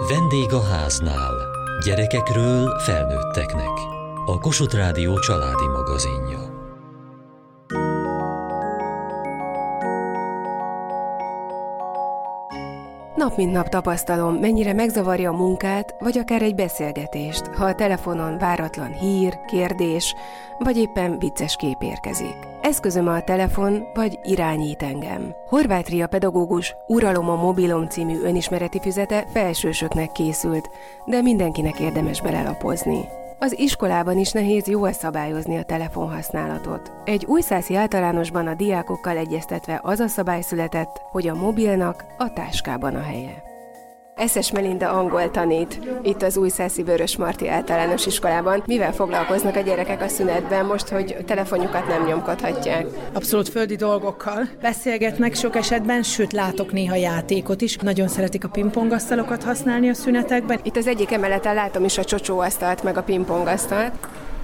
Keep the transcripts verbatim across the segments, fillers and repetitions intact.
Vendég a háznál. Gyerekekről felnőtteknek. A Kossuth Rádió családi magazinja. Nap mint nap tapasztalom, mennyire megzavarja a munkát, vagy akár egy beszélgetést, ha a telefonon váratlan hír, kérdés, vagy éppen vicces kép érkezik. Eszközöm a telefon, vagy irányít engem. Horváth Ria pedagógus Uralom a mobilom című önismereti füzete felsősöknek készült, de mindenkinek érdemes belelapozni. Az iskolában is nehéz jól szabályozni a telefonhasználatot. Egy újszászi általánosban a diákokkal egyeztetve az a szabály született, hogy a mobilnak a táskában a helye. Eszes Melinda angol tanít itt az Újszászi Vörösmarty Általános Iskolában. Mivel foglalkoznak a gyerekek a szünetben most, hogy telefonjukat nem nyomkodhatják? Abszolút földi dolgokkal beszélgetnek sok esetben, sőt látok néha játékot is. Nagyon szeretik a pingpongasztalokat használni a szünetekben. Itt az egyik emeleten látom is a csocsóasztalt, meg a pingpongasztalt.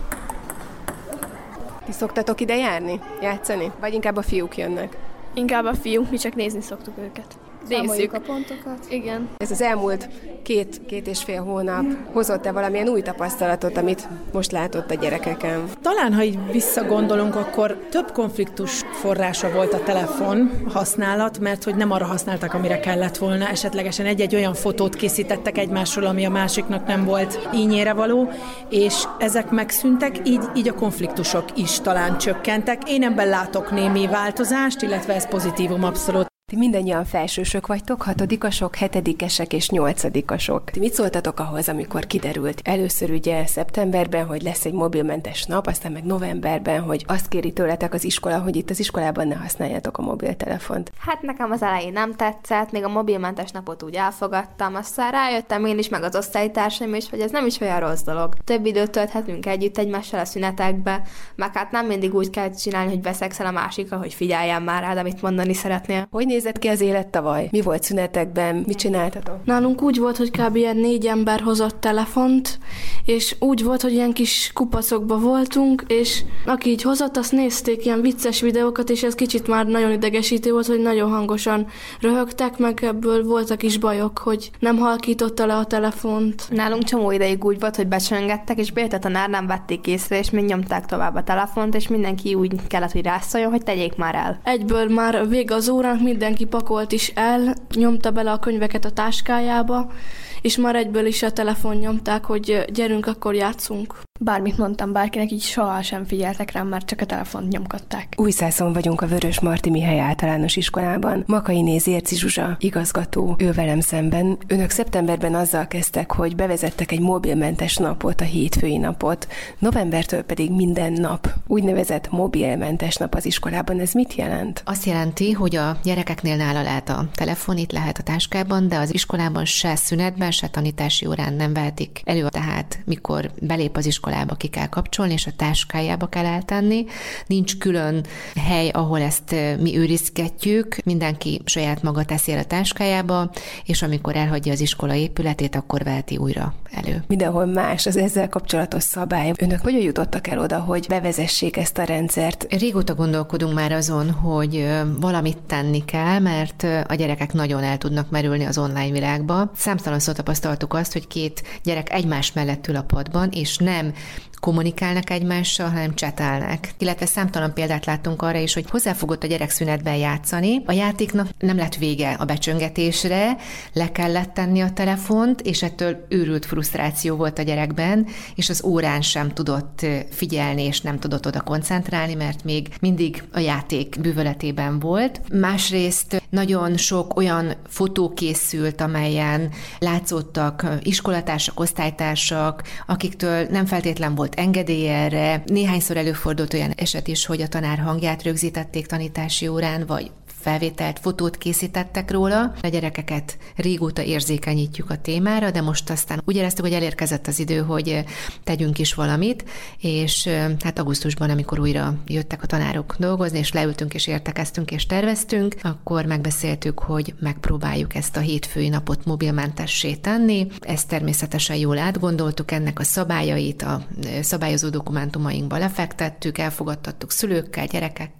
Ti szoktatok ide járni? Játszani? Vagy inkább a fiúk jönnek? Inkább a fiúk, mi csak nézni szoktuk őket. Nézzük a pontokat. Igen. Ez az elmúlt két, két és fél hónap hozott-e valamilyen új tapasztalatot, amit most látott a gyerekeken? Talán, ha így visszagondolunk, akkor több konfliktus forrása volt a telefon használat, mert hogy nem arra használtak, amire kellett volna. Esetlegesen egy-egy olyan fotót készítettek egymásról, ami a másiknak nem volt ínyére való, és ezek megszűntek, így, így a konfliktusok is talán csökkentek. Én ebben látok némi változást, illetve ez pozitívum abszolút. Ti mindannyian felsősök vagytok, hatodikasok, hetedikesek és nyolcadikasok. Ti mit szóltatok ahhoz, amikor kiderült először ugye szeptemberben, hogy lesz egy mobilmentes nap, aztán meg novemberben, hogy azt kéri tőletek az iskola, hogy itt az iskolában ne használjátok a mobiltelefont? Hát nekem az elején nem tetszett, még a mobilmentes napot úgy elfogadtam, aztán rájöttem én is, meg az osztálytársaim is, hogy ez nem is olyan rossz dolog. Több időt tölthetünk együtt egymással a szünetekbe, meg hát nem mindig úgy kell csinálni, hogy veszekszel a másikra, hogy figyeljen már rád, amit mondani szeretnél. Hogy nézett ki az élet tavaly? Mi volt szünetekben? Mit csináltatok? Nálunk úgy volt, hogy kb. Ilyen négy ember hozott telefont, és úgy volt, hogy ilyen kis kupacokba voltunk, és aki így hozott, azt nézték ilyen vicces videókat, és ez kicsit már nagyon idegesítő volt, hogy nagyon hangosan röhögtek, meg ebből voltak is bajok, hogy nem halkította le a telefont. Nálunk csomó ideig úgy volt, hogy becsöngettek, és Bélt a tanár nem vették észre, és még nyomták tovább a telefont, és mindenki úgy kellett, hogy rászóljon, hogy tegyék már el. Egyből már vége az órának, mindenki pakolt is el, nyomta bele a könyveket a táskájába, és már egyből is a telefon nyomták, hogy gyerünk, akkor játszunk. Bármit mondtam bárkinek, így soha sem figyeltek rám, már csak a telefont nyomkodták. Újszászon vagyunk a Vörösmarty Mihály Általános Iskolában. Makainé Zérci Zsuzsa igazgató ő velem szemben. Önök szeptemberben azzal kezdtek, hogy bevezettek egy mobilmentes napot, a hétfői napot. Novembertől pedig minden nap úgynevezett mobilmentes nap az iskolában. Ez mit jelent? Azt jelenti, hogy a gyerekeknél nála lehet a telefon, itt lehet a táskában, de az iskolában se szünetben, se tanítási órán nem vehetik elő. Tehát mikor belép az iskolába, ki kell kapcsolni, és a táskájába kell eltenni. Nincs külön hely, ahol ezt mi őrizgetjük, mindenki saját maga teszi el a táskájába, és amikor elhagyja az iskola épületét, akkor veheti újra elő. Mindenhol más az ezzel kapcsolatos szabály. Önök hogyan jutottak el oda, hogy bevezessék ezt a rendszert? Régóta gondolkodunk már azon, hogy valamit tenni kell, mert a gyerekek nagyon el tudnak merülni az online világba. Számtalanszor tapasztaltuk azt, hogy két gyerek egymás mellett ül a padban, és nem kommunikálnak egymással, hanem csetálnak. Illetve számtalan példát láttunk arra is, hogy hozzáfogott a gyerek szünetben játszani. A játéknak nem lett vége a becsöngetésre, le kellett tenni a telefont, és ettől őrült frusztráció volt a gyerekben, és az órán sem tudott figyelni, és nem tudott oda koncentrálni, mert még mindig a játék bűvöletében volt. Másrészt nagyon sok olyan fotó készült, amelyen látszottak iskolatársak, osztálytársak, akiktől nem feltétlen volt engedély erre. Néhányszor előfordult olyan eset is, hogy a tanár hangját rögzítették tanítási órán, vagy felvételt, fotót készítettek róla. A gyerekeket régóta érzékenyítjük a témára, de most aztán úgy éreztük, hogy elérkezett az idő, hogy tegyünk is valamit, és hát augusztusban, amikor újra jöttek a tanárok dolgozni, és leültünk, és értekeztünk, és terveztünk, akkor megbeszéltük, hogy megpróbáljuk ezt a hétfői napot mobilmentessé tenni. Ezt természetesen jól átgondoltuk, ennek a szabályait a szabályozó dokumentumainkba lefektettük, elfogadtattuk szülőkkel, gyerekekkel.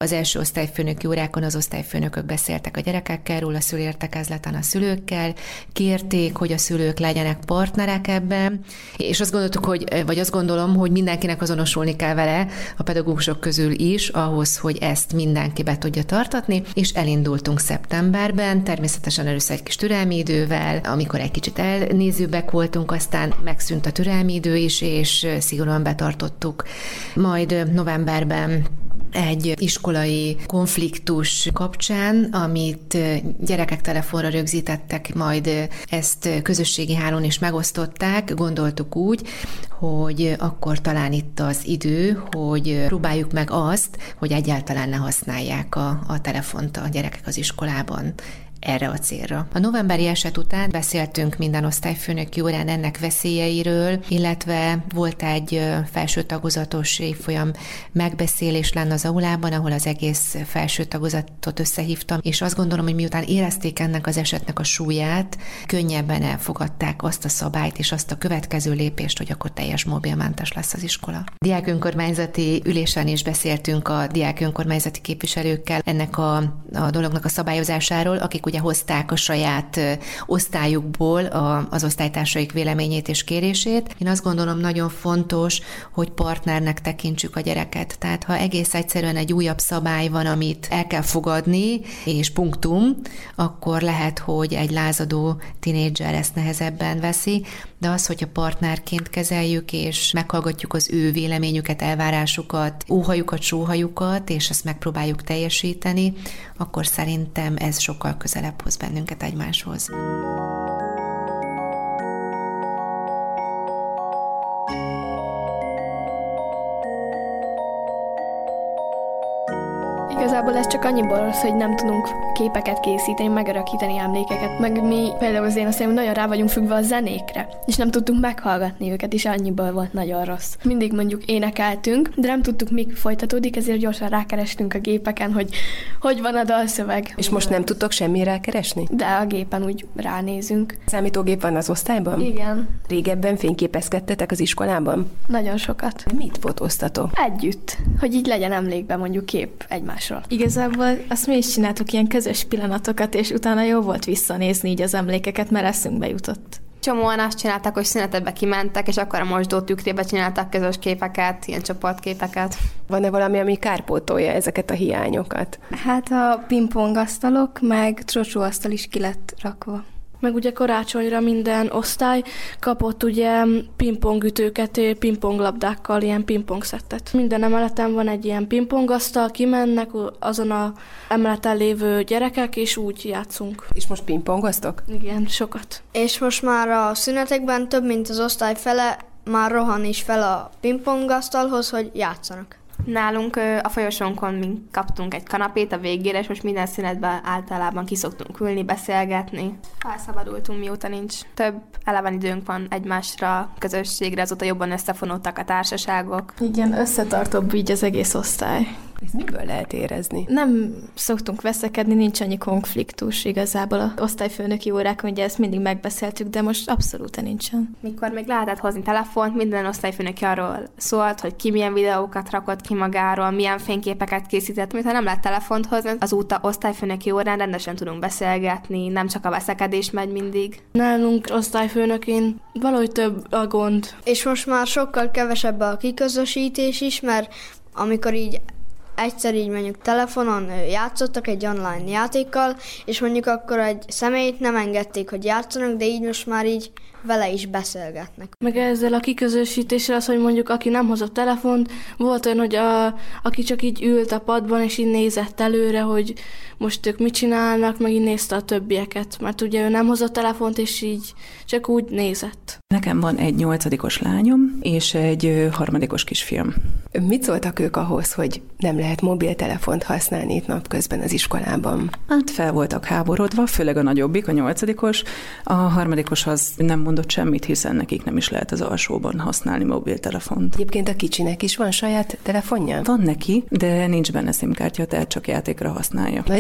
Az első osztályfőnöki órákon az osztályfőnökök beszéltek a gyerekekkel, róla szülőértekezleten a szülőkkel, kérték, hogy a szülők legyenek partnerek ebben, és azt gondoltuk, hogy, vagy azt gondolom, hogy mindenkinek azonosulni kell vele, a pedagógusok közül is, ahhoz, hogy ezt mindenki be tudja tartatni, és elindultunk szeptemberben, természetesen először egy kis türelmi idővel, amikor egy kicsit elnézőbbek voltunk, aztán megszűnt a türelmi idő is, és szigorúan betartottuk. Majd novemberben egy iskolai konfliktus kapcsán, amit gyerekek telefonra rögzítettek, majd ezt közösségi hálón is megosztották, gondoltuk úgy, hogy akkor talán itt az idő, hogy próbáljuk meg azt, hogy egyáltalán ne használják a, a telefont a gyerekek az iskolában erre a célra. A novemberi eset után beszéltünk minden osztályfőnöki órán ennek veszélyeiről, illetve volt egy felső tagozatos évfolyam megbeszélés lenne az aulában, ahol az egész felső tagozatot összehívtam, és azt gondolom, hogy miután érezték ennek az esetnek a súlyát, könnyebben elfogadták azt a szabályt és azt a következő lépést, hogy akkor teljes mobilmentes lesz az iskola. Diák önkormányzati ülésen is beszéltünk a diák önkormányzati képviselőkkel ennek a, a dolognak a szabályozásáról, akik ugye hozták a saját osztályukból a, az osztálytársaik véleményét és kérését. Én azt gondolom, nagyon fontos, hogy partnernek tekintsük a gyereket. Tehát ha egész egyszerűen egy újabb szabály van, amit el kell fogadni, és punktum, akkor lehet, hogy egy lázadó tinédzser ezt nehezebben veszi, de az, hogyha partnerként kezeljük, és meghallgatjuk az ő véleményüket, elvárásukat, óhajukat, sóhajukat, és ezt megpróbáljuk teljesíteni, akkor szerintem ez sokkal közelebb hoz bennünket egymáshoz. Igazából ez csak annyiból az, hogy nem tudunk képeket készíteni, megörökíteni emlékeket, meg mi például az én azt mondom, nagyon rá vagyunk függve a zenékre, és nem tudtunk meghallgatni őket, és annyiból volt nagyon rossz. Mindig mondjuk énekeltünk, de nem tudtuk, mik folytatódik, ezért gyorsan rákerestünk a gépeken, hogy hogy van a dalszöveg. És most nem tudtok semmire rákeresni? De a gépen úgy ránézünk. Számítógép van az osztályban? Igen. Régebben fényképezkedtetek az iskolában? Nagyon sokat. Mit fotóztatok? Együtt, hogy így legyen emlékben mondjuk kép egymásról. Igazából azt mi is csináltuk, ilyen közös pillanatokat, és utána jó volt visszanézni így az emlékeket, mert eszünkbe jutott. Csomóan azt csinálták, hogy szünetedbe kimentek, és akkor a mosdó tükrében csináltak közös képeket, ilyen csoportképeket. Van-e valami, ami kárpótolja ezeket a hiányokat? Hát a pingpongasztalok, meg trocsóasztal is ki lett rakva. Meg ugye karácsonyra minden osztály kapott ugye pingpongütőket, pingponglabdákkal, ilyen pingpongszettet. Minden emeleten van egy ilyen pingpongasztal, kimennek azon a emeleten lévő gyerekek, és úgy játszunk. És most pingpongoztok? Igen, sokat. És most már a szünetekben több mint az osztály fele már rohan is fel a pingpongasztalhoz, hogy játszanak. Nálunk a folyosónkon mi kaptunk egy kanapét a végére, és most minden szünetben általában kiszoktunk ülni, beszélgetni. Felszabadultunk, mióta nincs több eleven időnk van egymásra, közösségre, azóta jobban összefonódtak a társaságok. Igen, összetartóbb így az egész osztály. Ez miből lehet érezni? Nem szoktunk veszekedni, nincs annyi konfliktus igazából. Az osztályfőnöki órákon ugye ezt mindig megbeszéltük, de most abszolút nincsen. Mikor még lehetett hozni telefont, minden osztályfőnöki arról szólt, hogy ki milyen videókat rakott ki magáról, milyen fényképeket készített. Mintha nem lehet telefont hozni, azóta osztályfőnöki órán rendesen tudunk beszélgetni, nem csak a veszekedés megy mindig. Nálunk osztályfőnökén valahogy több a gond. És most már sokkal kevesebb a kiközösítés is, mert amikor így egyszer így mondjuk telefonon játszottak egy online játékkal, és mondjuk akkor egy személyt nem engedték, hogy játszanak, de így most már így vele is beszélgetnek. Meg ezzel a kiközösítéssel az, hogy mondjuk aki nem hozott telefont, volt olyan, hogy a, aki csak így ült a padban, és így nézett előre, hogy most ők mit csinálnak, meg így nézte a többieket, mert ugye ő nem hozott telefont, és így csak úgy nézett. Nekem van egy nyolcadikos lányom, és egy harmadikos kisfiam. Mit szóltak ők ahhoz, hogy nem lehet mobiltelefont használni itt napközben az iskolában? Hát fel voltak háborodva, főleg a nagyobbik, a nyolcadikos. A harmadikos az nem mondott semmit, hiszen nekik nem is lehet az alsóban használni mobiltelefont. Egyébként a kicsinek is van saját telefonja? Van neki, de nincs benne SIM-kártya, tehát csak játékra használja. Vagy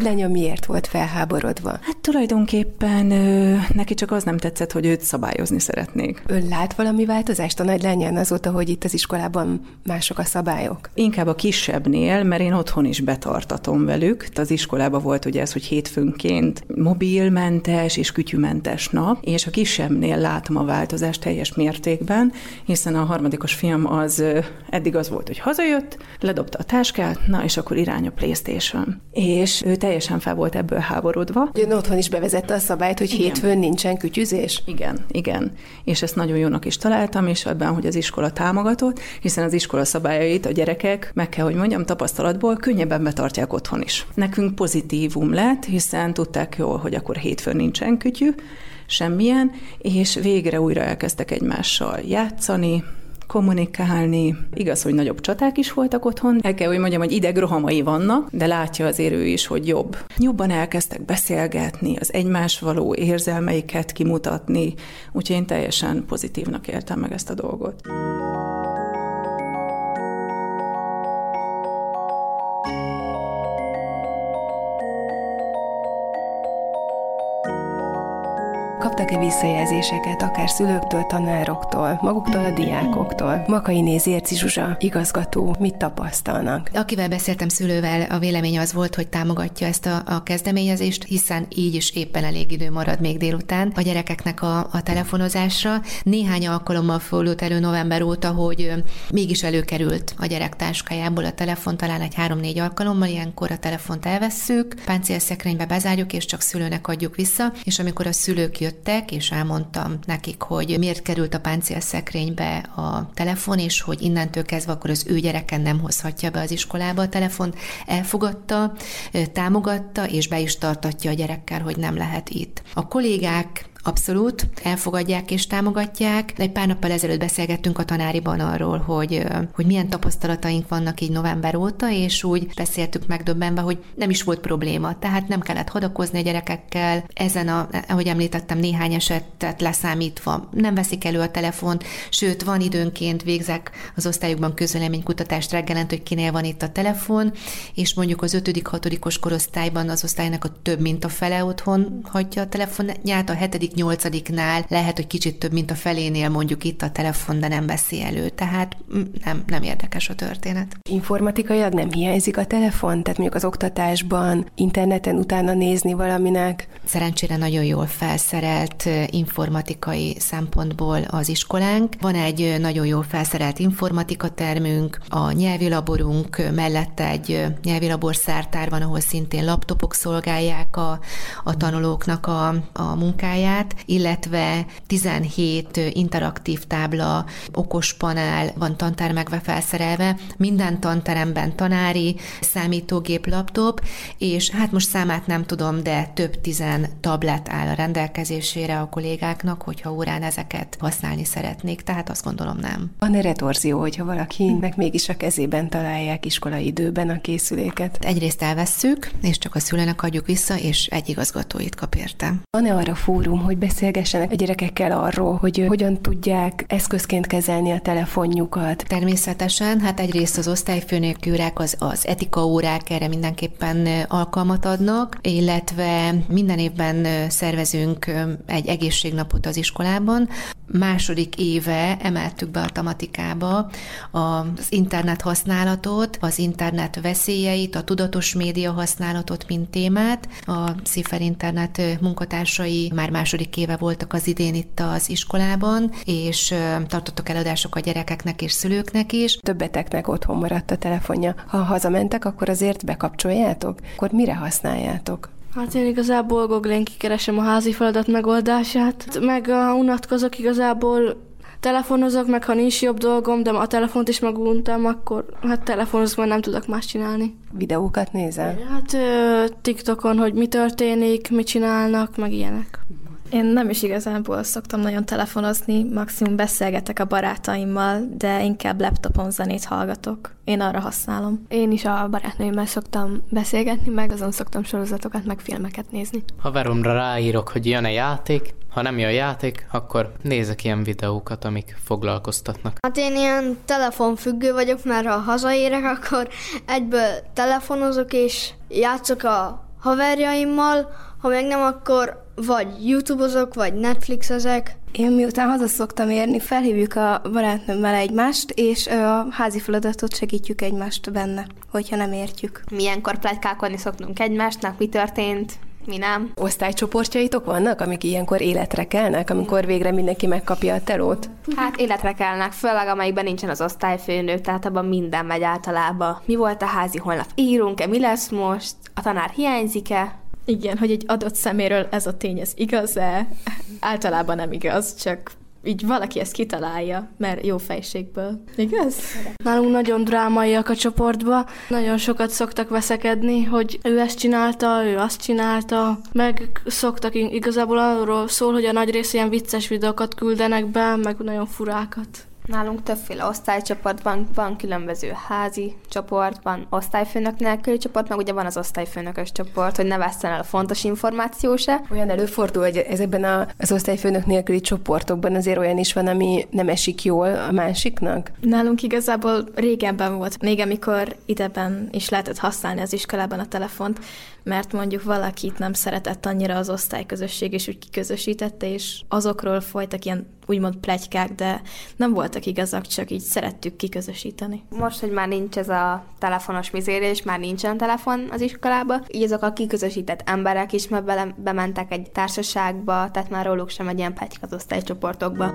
nagylánya miért volt felháborodva? Hát tulajdonképpen ö, neki csak az nem tetszett, hogy őt szabályozni szeretnék. Ön lát valami változást a nagylányán azóta, hogy itt az iskolában mások a szabályok? Inkább a kisebbnél, mert én otthon is betartatom velük. Az iskolában volt ugye ez, hogy hétfőnként mobilmentes és kütyümentes nap, és a kisebbnél látom a változást teljes mértékben, hiszen a harmadikos fiam az eddig az volt, hogy hazajött, ledobta a táskát, na és akkor irány a PlayStation. És ő teljesen fel volt ebből háborodva. Ön otthon is bevezette a szabályt, hogy igen. Hétfőn nincsen kütyüzés? Igen, igen. És ezt nagyon jónak is találtam, és ebben, hogy az iskola támogatott, hiszen az iskola szabályait a gyerekek, meg kell, hogy mondjam, tapasztalatból könnyebben betartják otthon is. Nekünk pozitívum lett, hiszen tudták jól, hogy akkor hétfőn nincsen kütyű, semmilyen, és végre újra elkezdtek egymással játszani, kommunikálni. Igaz, hogy nagyobb csaták is voltak otthon. El kell, hogy mondjam, hogy idegrohamai vannak, de látja azért ő is, hogy jobb. Jobban elkezdtek beszélgetni, az egymás való érzelmeiket kimutatni, úgyhogy én teljesen pozitívnak éltem meg ezt a dolgot. Kaptak-e visszajelzéseket, akár szülőktől, tanároktól, maguktól, a diákoktól? Makainé Zérci Zsuzsa, igazgató, mit tapasztalnak? Akivel beszéltem szülővel, a vélemény az volt, hogy támogatja ezt a, a kezdeményezést, hiszen így is éppen elég idő marad még délután a gyerekeknek a, a telefonozásra. Néhány alkalommal fordult elő november óta, hogy mégis előkerült a gyerek táskájából a telefon, talán egy három-négy alkalommal, ilyenkor a telefont elvesszük, páncélszekrénybe bezárjuk, és csak szülőnek adjuk vissza, és amikor a szülők jöttek, és elmondtam nekik, hogy miért került a páncélszekrénybe a telefon, és hogy innentől kezdve akkor az ő gyereken nem hozhatja be az iskolába a telefont, elfogadta, támogatta, és be is tartatja a gyerekkel, hogy nem lehet itt. A kollégák abszolút elfogadják és támogatják. Egy pár nappal ezelőtt beszélgettünk a tanáriban arról, hogy, hogy milyen tapasztalataink vannak így november óta, és úgy beszéltük megdöbbenve, hogy nem is volt probléma. Tehát nem kellett hadakozni a gyerekekkel. Ezen, a, ahogy említettem, néhány esetet leszámítva nem veszik elő a telefont, sőt, van időnként végzek az osztályokban közvéleménykutatást reggelent, hogy kinél van itt a telefon, és mondjuk az ötödik, hatodikos korosztályban az osztálynak a több mint a fele otthon hagyja a telefonját, a hetedik nyolcadiknál lehet, hogy kicsit több, mint a felénél mondjuk itt a telefon, de nem veszi elő. Tehát nem, nem érdekes a történet. Informatikailag nem hiányzik a telefon? Tehát mondjuk az oktatásban, interneten utána nézni valaminek? Szerencsére nagyon jól felszerelt informatikai szempontból az iskolánk. Van egy nagyon jól felszerelt informatikatermünk, a nyelvi laborunk mellett egy nyelvi laborszártár van, ahol szintén laptopok szolgálják a, a tanulóknak a, a munkáját, illetve tizenhét interaktív tábla, okos panel van tantármegve felszerelve, minden tanteremben tanári, számítógép, laptop, és hát most számát nem tudom, de több tizen tablet áll a rendelkezésére a kollégáknak, hogyha órán ezeket használni szeretnék, tehát azt gondolom nem. Van-e retorzió, hogyha valakinek mégis a kezében találják iskolai időben a készüléket? Egyrészt elvesszük, és csak a szülőnek adjuk vissza, és egy igazgatóit kap érte. Van-e arra fórum, hogy beszélgessenek a gyerekekkel arról, hogy hogyan tudják eszközként kezelni a telefonjukat? Természetesen, hát egyrészt az osztályfőnöki órák, az, az etika órák erre mindenképpen alkalmat adnak, illetve minden évben szervezünk egy egészségnapot az iskolában. Második éve emeltük be a tematikába az internet használatot, az internet veszélyeit, a tudatos média használatot, mint témát. A Sziffer Internet munkatársai már második éve voltak az idén itt az iskolában, és tartottak előadások a gyerekeknek és szülőknek is. Többeteknek otthon maradt a telefonja. Ha hazamentek, akkor azért bekapcsoljátok? Akkor mire használjátok? Hát én igazából Google-en kikeresem a házi feladat megoldását, meg uh, unatkozok igazából, telefonozok, meg ha nincs jobb dolgom, de a telefont is meguntam, akkor hát telefonozok, mert nem tudok más csinálni. Videókat nézel? Hát uh, TikTokon, hogy mi történik, mit csinálnak, meg ilyenek. Én nem is igazából szoktam nagyon telefonozni, maximum beszélgetek a barátaimmal, de inkább laptopon zenét hallgatok. Én arra használom. Én is a barátnőimmel szoktam beszélgetni, meg azon szoktam sorozatokat, meg filmeket nézni. Haveromra ráírok, hogy jön-e játék, ha nem jön játék, akkor nézek ilyen videókat, amik foglalkoztatnak. Hát én ilyen telefonfüggő vagyok, mert ha hazaérek, akkor egyből telefonozok és játszok a haverjaimmal, ha meg nem, akkor vagy YouTube-ozok, vagy Netflixezek. Én miután haza szoktam érni, felhívjuk a barátnőmmel egymást, és a házi feladatot segítjük egymást benne, hogyha nem értjük. Milyenkor pletykálkodni szoktunk egymásnak, mi történt, mi nem. Osztálycsoportjaitok vannak, amik ilyenkor életre kelnek, amikor végre mindenki megkapja a telót? Hát életre kelnek, főleg amelyikben nincsen az osztályfőnök, tehát abban minden megy általában. Mi volt a házi, holnap írunk-e, mi lesz most, a tanár hiányzik-e? Igen, hogy egy adott szeméről ez a tény, ez igaz-e? Általában nem igaz, csak így valaki ezt kitalálja, mert jó fejségből. Igaz? Nálunk nagyon drámaiak a csoportba, nagyon sokat szoktak veszekedni, hogy ő ezt csinálta, ő azt csinálta, meg szoktak igazából arról szól, hogy a nagy rész ilyen vicces videókat küldenek be, meg nagyon furákat. Nálunk többféle osztálycsoportban van különböző házi csoport, van osztályfőnök nélküli csoport, meg ugye van az osztályfőnökös csoport, hogy ne vesszen el a fontos információ se. Olyan előfordul, hogy ezekben a, az osztályfőnök nélküli csoportokban azért olyan is van, ami nem esik jól a másiknak? Nálunk igazából régebben volt, még amikor ideben is lehetett használni az iskolában a telefont, mert mondjuk valakit nem szeretett annyira az osztályközösség, és úgy kiközösítette, és azokról folytak ilyen úgymond pletykák, de nem voltak igazak, csak így szerettük kiközösíteni. Most, hogy már nincs ez a telefonos mizérés, már nincsen telefon az iskolába, így azok a kiközösített emberek is már bele, bementek egy társaságba, tehát már róluk sem egy ilyen pletyka az osztálycsoportokba.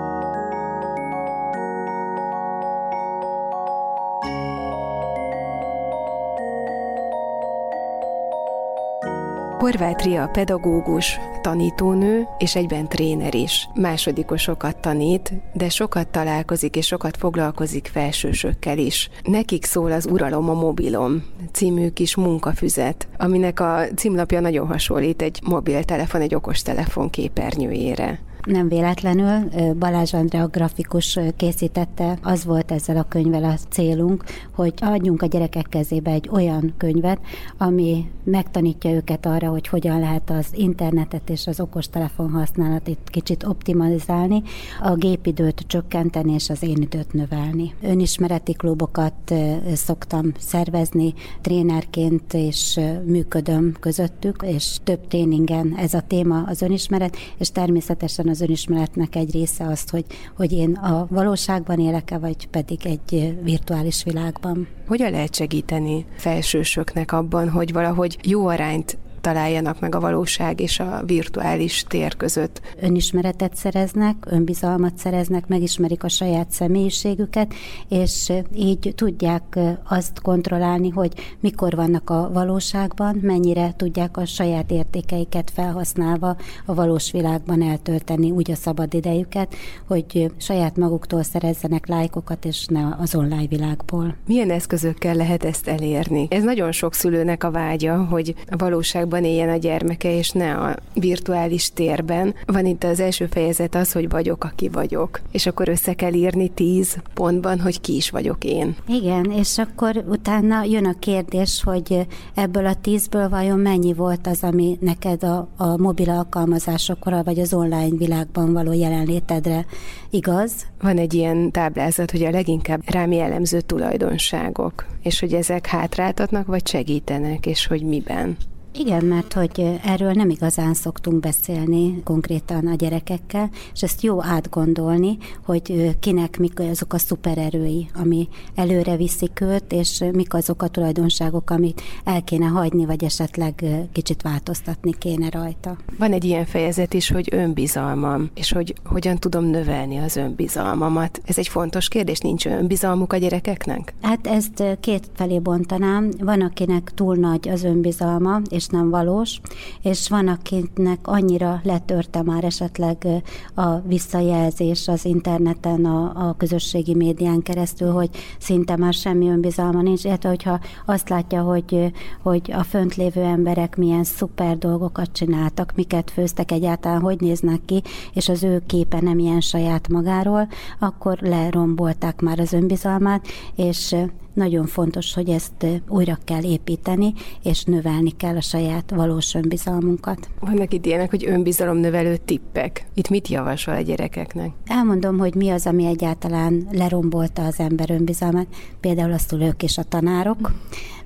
Horváth Ria pedagógus, tanítónő és egyben tréner is. Másodikosokat tanít, de sokat találkozik és sokat foglalkozik felsősökkel is. Nekik szól az Uralom a mobilom című kis munkafüzet, aminek a címlapja nagyon hasonlít egy mobiltelefon, egy okostelefon képernyőjére. Nem véletlenül Balázs Andrea grafikus készítette, az volt ezzel a könyvvel a célunk, hogy adjunk a gyerekek kezébe egy olyan könyvet, ami megtanítja őket arra, hogy hogyan lehet az internetet és az okostelefon használatot kicsit optimalizálni, a gépidőt csökkenteni és az én időt növelni. Önismereti klubokat szoktam szervezni, trénerként és működöm közöttük, és több tréningen ez a téma az önismeret, és természetesen az önismeretnek egy része az, hogy, hogy én a valóságban élek-e, vagy pedig egy virtuális világban. Hogyan lehet segíteni felsősöknek abban, hogy valahogy jó arányt találjanak meg a valóság és a virtuális tér között? Önismeretet szereznek, önbizalmat szereznek, megismerik a saját személyiségüket, és így tudják azt kontrollálni, hogy mikor vannak a valóságban, mennyire tudják a saját értékeiket felhasználva a valós világban eltölteni úgy a szabad idejüket, hogy saját maguktól szerezzenek lájkokat, és ne az online világból. Milyen eszközökkel lehet ezt elérni? Ez nagyon sok szülőnek a vágya, hogy a valóságban éljen a gyermeke, és ne a virtuális térben. Van itt az első fejezet az, hogy vagyok, aki vagyok. És akkor össze kell írni tíz pontban, hogy ki is vagyok én. Igen, és akkor utána jön a kérdés, hogy ebből a tízből vajon mennyi volt az, ami neked a, a mobil alkalmazásokra, vagy az online világban való jelenlétedre igaz? Van egy ilyen táblázat, hogy a leginkább rám jellemző tulajdonságok, és hogy ezek hátráltatnak, vagy segítenek, és hogy miben. Igen, mert hogy erről nem igazán szoktunk beszélni konkrétan a gyerekekkel, és ezt jó átgondolni, hogy kinek mik azok a szupererői, ami előre viszik őt, és mik azok a tulajdonságok, amit el kéne hagyni, vagy esetleg kicsit változtatni kéne rajta. Van egy ilyen fejezet is, hogy önbizalmam, és hogy hogyan tudom növelni az önbizalmamat. Ez egy fontos kérdés, nincs önbizalmuk a gyerekeknek? Hát ezt két felé bontanám. Van, akinek túl nagy az önbizalma, és nem valós, és van, akinek annyira letörte már esetleg a visszajelzés az interneten, a, a közösségi médián keresztül, hogy szinte már semmi önbizalma nincs, illetve hogyha azt látja, hogy, hogy a fönt lévő emberek milyen szuper dolgokat csináltak, miket főztek egyáltalán, hogy néznek ki, és az ő képe nem ilyen saját magáról, akkor lerombolták már az önbizalmát, és nagyon fontos, hogy ezt újra kell építeni, és növelni kell a saját valós önbizalmunkat. Vannak itt ilyenek, hogy önbizalomnövelő tippek. Itt mit javasol a gyerekeknek? Elmondom, hogy mi az, ami egyáltalán lerombolta az ember önbizalmát. Például a szülők és a tanárok.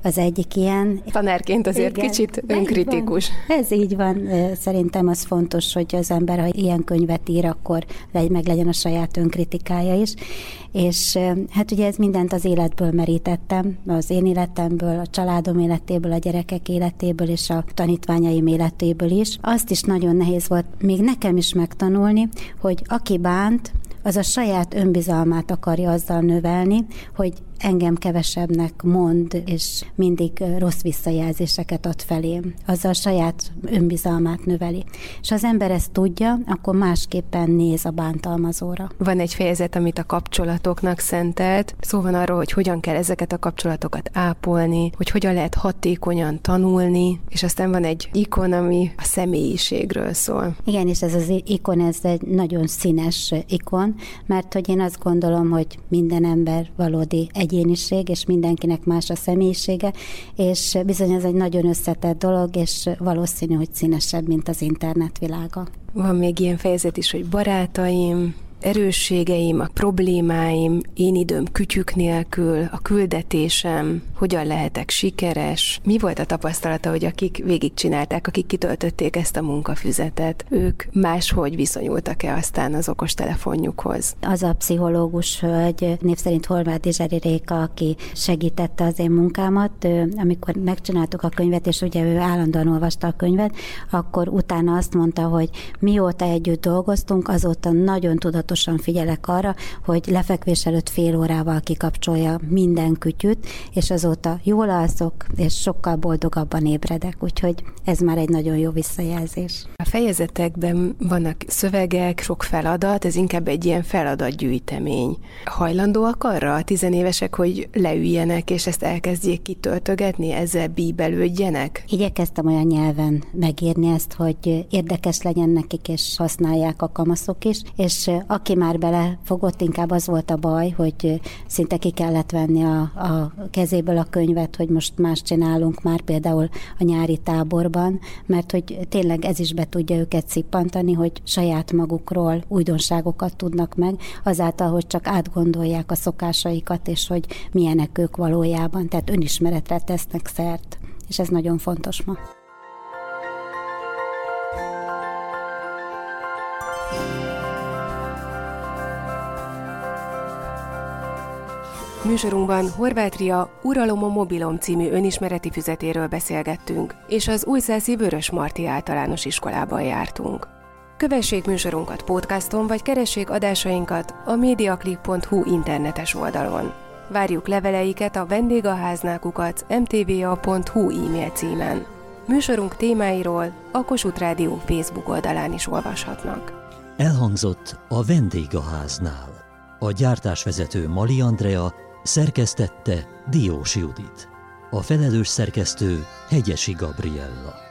az egyik ilyen. Tanárként azért igen, kicsit önkritikus. Ez így van. Szerintem az fontos, hogy az ember, ha ilyen könyvet ír, akkor meg legyen a saját önkritikája is. És hát ugye ez mindent az életből merítettem, az én életemből, a családom életéből, a gyerekek életéből és a tanítványaim életéből is. Azt is nagyon nehéz volt még nekem is megtanulni, hogy aki bánt, az a saját önbizalmát akarja azzal növelni, hogy engem kevesebbnek mond, és mindig rossz visszajelzéseket ad felém. Azzal a saját önbizalmát növeli. És ha az ember ezt tudja, akkor másképpen néz a bántalmazóra. Van egy fejezet, amit a kapcsolatoknak szentelt. Szó van arról, hogy hogyan kell ezeket a kapcsolatokat ápolni, hogy hogyan lehet hatékonyan tanulni, és aztán van egy ikon, ami a személyiségről szól. Igen, és ez az ikon, ez egy nagyon színes ikon, mert hogy én azt gondolom, hogy minden ember valódi egyéniség, és mindenkinek más a személyisége, és bizony ez egy nagyon összetett dolog, és valószínű, hogy színesebb, mint az internet világa. Van még ilyen fejezet is, hogy barátaim, erősségeim, a problémáim, én időm kütyük nélkül, a küldetésem, hogyan lehetek sikeres. Mi volt a tapasztalata, hogy akik végigcsinálták, akik kitöltötték ezt a munkafüzetet, ők máshogy viszonyultak-e aztán az okostelefonjukhoz? Az a pszichológus hölgy, név szerint Horváth Dizseri Réka, aki segítette az én munkámat, amikor megcsináltuk a könyvet, és ugye ő állandóan olvasta a könyvet, akkor utána azt mondta, hogy mióta együtt dolgoztunk, azóta nagyon tudatos figyelek arra, hogy lefekvés előtt fél órával kikapcsolja minden kütyüt, és azóta jól alszok, és sokkal boldogabban ébredek, úgyhogy ez már egy nagyon jó visszajelzés. A fejezetekben vannak szövegek, sok feladat, ez inkább egy ilyen feladatgyűjtemény. Hajlandóak arra a tizenévesek, hogy leüljenek, és ezt elkezdjék kitöltögetni, ezzel bíbelődjenek? Igyekeztem olyan nyelven megírni ezt, hogy érdekes legyen nekik, és használják a kamaszok is, és aki már belefogott, inkább az volt a baj, hogy szinte ki kellett venni a, a kezéből a könyvet, hogy most más csinálunk már például a nyári táborban, mert hogy tényleg ez is be tudja őket szippantani, hogy saját magukról újdonságokat tudnak meg, azáltal, hogy csak átgondolják a szokásaikat, és hogy milyenek ők valójában, tehát önismeretre tesznek szert, és ez nagyon fontos ma. Műsorunkban Horváth Ria Uralom a mobilom című önismereti füzetéről beszélgettünk, és az Újszászi Vörösmarty Általános Iskolában jártunk. Kövessék műsorunkat podcaston, vagy keressék adásainkat a mediaclick pont hu internetes oldalon. Várjuk leveleiket a vendégháznál kukac em té vé á pont hu e-mail címen. Műsorunk témáiról a Kossuth Rádió Facebook oldalán is olvashatnak. Elhangzott a Vendégháznál. A gyártásvezető Mali Andrea, szerkesztette Diós Judit. A felelős szerkesztő Hegyesi Gabriella.